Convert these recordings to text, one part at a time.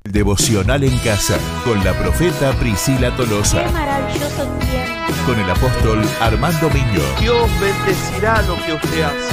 Devocional en casa con la profeta Priscila Tolosa. Qué maravilloso tiempo. Con el apóstol Armando Miño. Dios bendecirá lo que usted hace.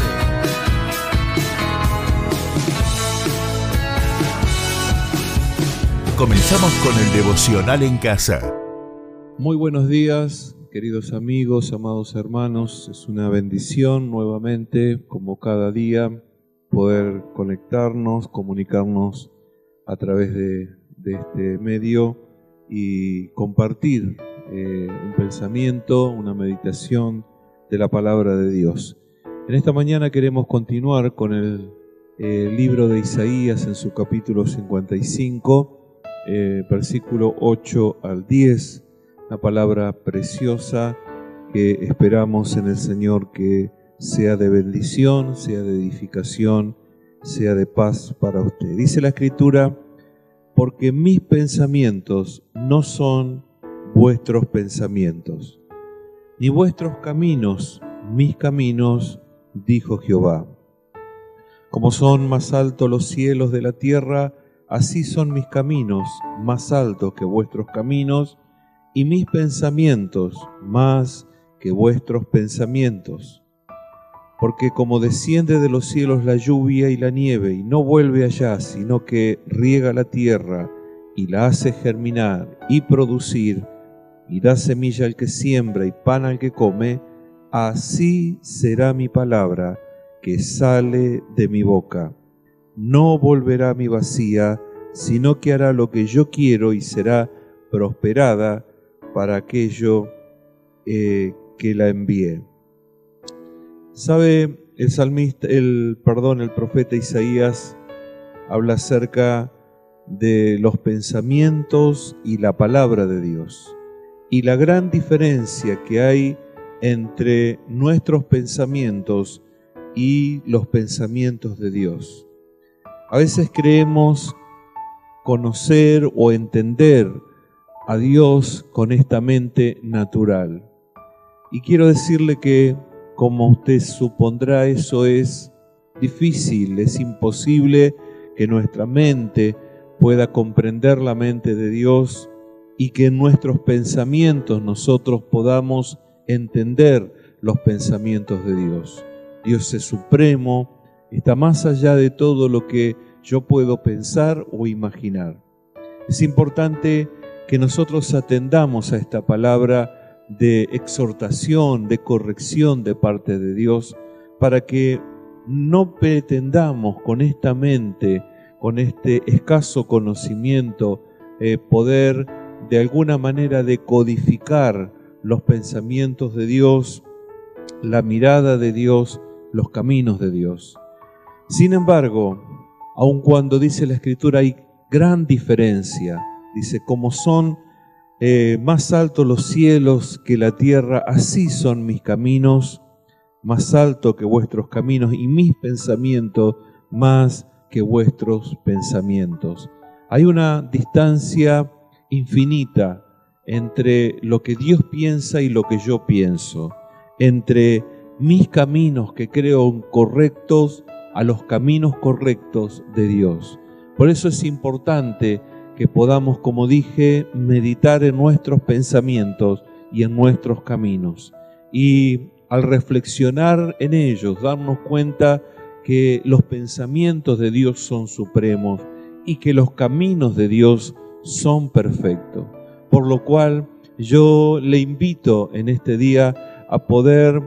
Comenzamos con el Devocional en casa. Muy buenos días, queridos amigos, amados hermanos. Es una bendición nuevamente, como cada día, poder conectarnos, comunicarnos a través de este medio y compartir un pensamiento, una meditación de la palabra de Dios. En esta mañana queremos continuar con el libro de Isaías en su capítulo 55, versículo 8 al 10, una palabra preciosa que esperamos en el Señor que sea de bendición, sea de edificación, sea de paz para usted. Dice la Escritura: porque mis pensamientos no son vuestros pensamientos, ni vuestros caminos mis caminos, dijo Jehová. Como son más altos los cielos de la tierra, así son mis caminos más altos que vuestros caminos, y mis pensamientos más que vuestros pensamientos. Porque como desciende de los cielos la lluvia y la nieve, y no vuelve allá, sino que riega la tierra, y la hace germinar y producir, y da semilla al que siembra y pan al que come, así será mi palabra que sale de mi boca. No volverá a mi vacía, sino que hará lo que yo quiero y será prosperada para aquello que la envíe. ¿Sabe? El profeta Isaías habla acerca de los pensamientos y la palabra de Dios, y la gran diferencia que hay entre nuestros pensamientos y los pensamientos de Dios. A veces creemos conocer o entender a Dios con esta mente natural, y quiero decirle que, como usted supondrá, eso es difícil, es imposible que nuestra mente pueda comprender la mente de Dios y que en nuestros pensamientos nosotros podamos entender los pensamientos de Dios. Dios es supremo, está más allá de todo lo que yo puedo pensar o imaginar. Es importante que nosotros atendamos a esta palabra de exhortación, de corrección de parte de Dios, para que no pretendamos con esta mente, con este escaso conocimiento, poder de alguna manera decodificar los pensamientos de Dios, la mirada de Dios, los caminos de Dios. Sin embargo, aun cuando dice la Escritura hay gran diferencia, dice, como son más altos los cielos que la tierra, así son mis caminos, más alto que vuestros caminos, y mis pensamientos más que vuestros pensamientos. Hay una distancia infinita entre lo que Dios piensa y lo que yo pienso, entre mis caminos que creo correctos a los caminos correctos de Dios. Por eso es importante que podamos, como dije, meditar en nuestros pensamientos y en nuestros caminos. Y al reflexionar en ellos, darnos cuenta que los pensamientos de Dios son supremos y que los caminos de Dios son perfectos. Por lo cual yo le invito en este día a poder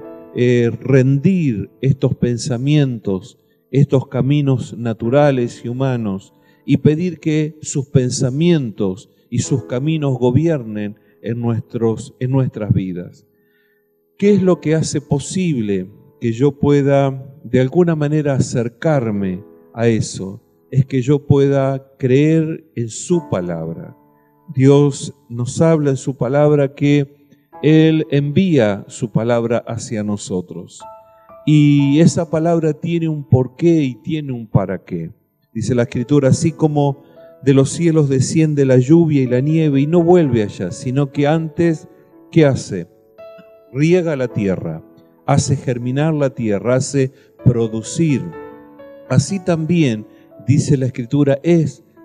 rendir estos pensamientos, estos caminos naturales y humanos, y pedir que sus pensamientos y sus caminos gobiernen en nuestras vidas. ¿Qué es lo que hace posible que yo pueda de alguna manera acercarme a eso? Es que yo pueda creer en su palabra. Dios nos habla en su palabra que Él envía su palabra hacia nosotros. Y esa palabra tiene un porqué y tiene un para qué. Dice la Escritura, así como de los cielos desciende la lluvia y la nieve y no vuelve allá, sino que antes, ¿qué hace? Riega la tierra, hace germinar la tierra, hace producir. Así también, dice la Escritura, es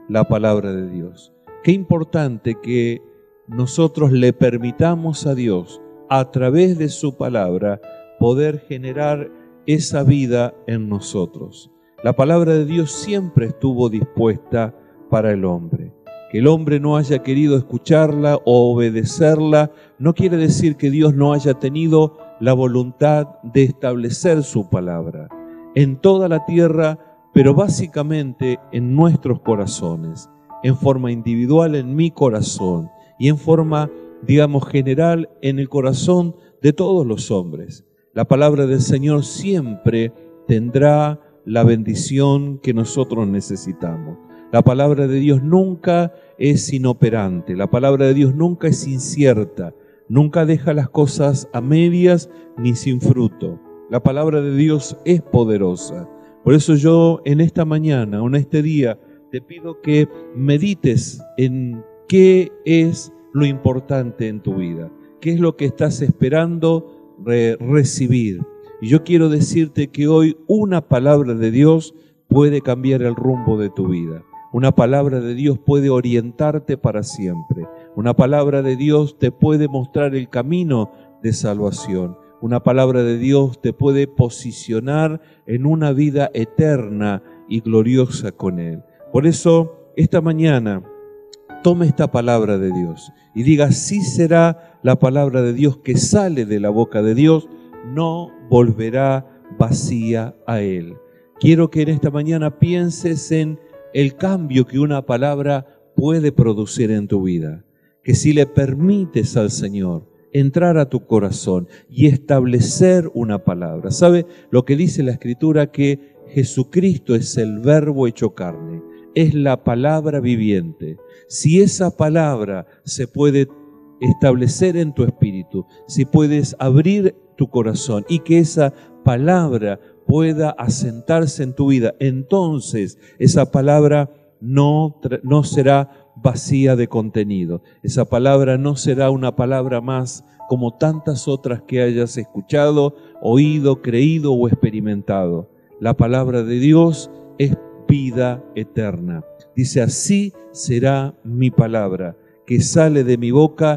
la palabra de Dios. Qué importante que nosotros le permitamos a Dios, a través de su palabra, poder generar esa vida en nosotros. La palabra de Dios siempre estuvo dispuesta para el hombre. Que el hombre no haya querido escucharla o obedecerla no quiere decir que Dios no haya tenido la voluntad de establecer su palabra en toda la tierra, pero básicamente en nuestros corazones, en forma individual en mi corazón y en forma, digamos, general en el corazón de todos los hombres. La palabra del Señor siempre tendrá la bendición que nosotros necesitamos. La palabra de Dios nunca es inoperante, la palabra de Dios nunca es incierta, nunca deja las cosas a medias ni sin fruto. La palabra de Dios es poderosa. Por eso yo en esta mañana o en este día te pido que medites en qué es lo importante en tu vida, qué es lo que estás esperando recibir. Y yo quiero decirte que hoy una palabra de Dios puede cambiar el rumbo de tu vida. Una palabra de Dios puede orientarte para siempre. Una palabra de Dios te puede mostrar el camino de salvación. Una palabra de Dios te puede posicionar en una vida eterna y gloriosa con Él. Por eso, esta mañana, tome esta palabra de Dios y diga, sí será la palabra de Dios que sale de la boca de Dios, no volverá vacía a Él. Quiero que en esta mañana pienses en el cambio que una palabra puede producir en tu vida. Que si le permites al Señor entrar a tu corazón y establecer una palabra. ¿Sabe lo que dice la Escritura? Que Jesucristo es el Verbo hecho carne, es la palabra viviente. Si esa palabra se puede establecer en tu espíritu, si puedes abrir tu corazón y que esa palabra pueda asentarse en tu vida, entonces esa palabra no será vacía de contenido. Esa palabra no será una palabra más como tantas otras que hayas escuchado, oído, creído o experimentado. La palabra de Dios es vida eterna. Dice, así será mi palabra, que sale de mi boca,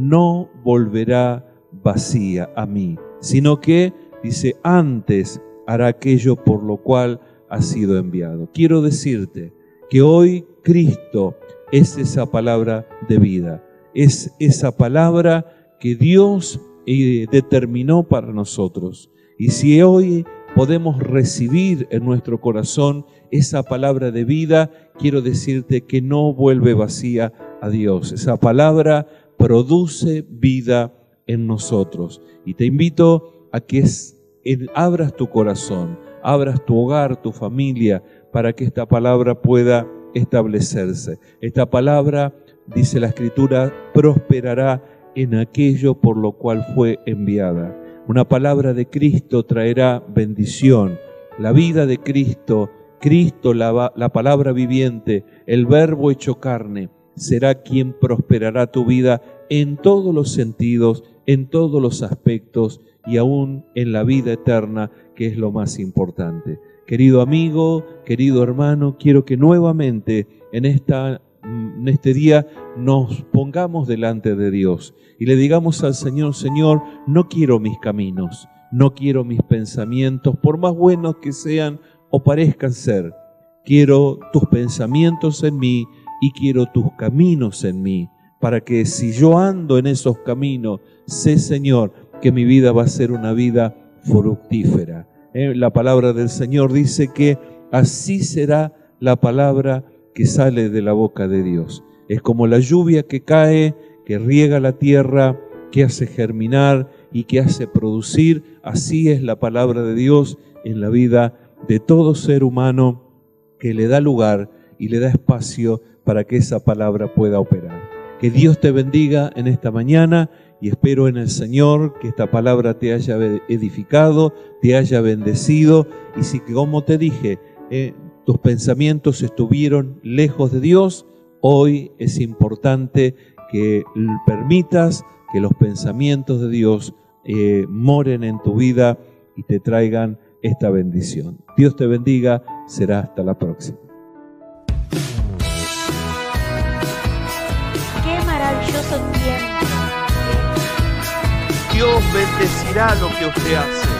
no volverá vacía a mí, sino que, dice, antes hará aquello por lo cual ha sido enviado. Quiero decirte que hoy Cristo es esa palabra de vida, es esa palabra que Dios determinó para nosotros. Y si hoy podemos recibir en nuestro corazón esa palabra de vida, quiero decirte que no vuelve vacía a Dios. Esa palabra produce vida en nosotros. Y te invito a que abras tu corazón, abras tu hogar, tu familia, para que esta palabra pueda establecerse. Esta palabra, dice la Escritura, prosperará en aquello por lo cual fue enviada. Una palabra de Cristo traerá bendición. La vida de Cristo, la palabra viviente, el Verbo hecho carne, será quien prosperará tu vida en todos los sentidos, en todos los aspectos y aún en la vida eterna, que es lo más importante. Querido amigo, querido hermano, quiero que nuevamente en este día nos pongamos delante de Dios y le digamos al Señor, Señor, no quiero mis caminos, no quiero mis pensamientos, por más buenos que sean o parezcan ser. Quiero tus pensamientos en mí y quiero tus caminos en mí, para que si yo ando en esos caminos, sé, Señor, que mi vida va a ser una vida fructífera. La palabra del Señor dice que así será la palabra que sale de la boca de Dios. Es como la lluvia que cae, que riega la tierra, que hace germinar y que hace producir. Así es la palabra de Dios en la vida de todo ser humano, que le da lugar y le da espacio para que esa palabra pueda operar. Que Dios te bendiga en esta mañana y espero en el Señor que esta palabra te haya edificado, te haya bendecido, y si, como te dije, tus pensamientos estuvieron lejos de Dios, hoy es importante que permitas que los pensamientos de Dios moren en tu vida y te traigan esta bendición. Dios te bendiga, será hasta la próxima. maravilloso tiempo. Dios bendecirá lo que usted hace.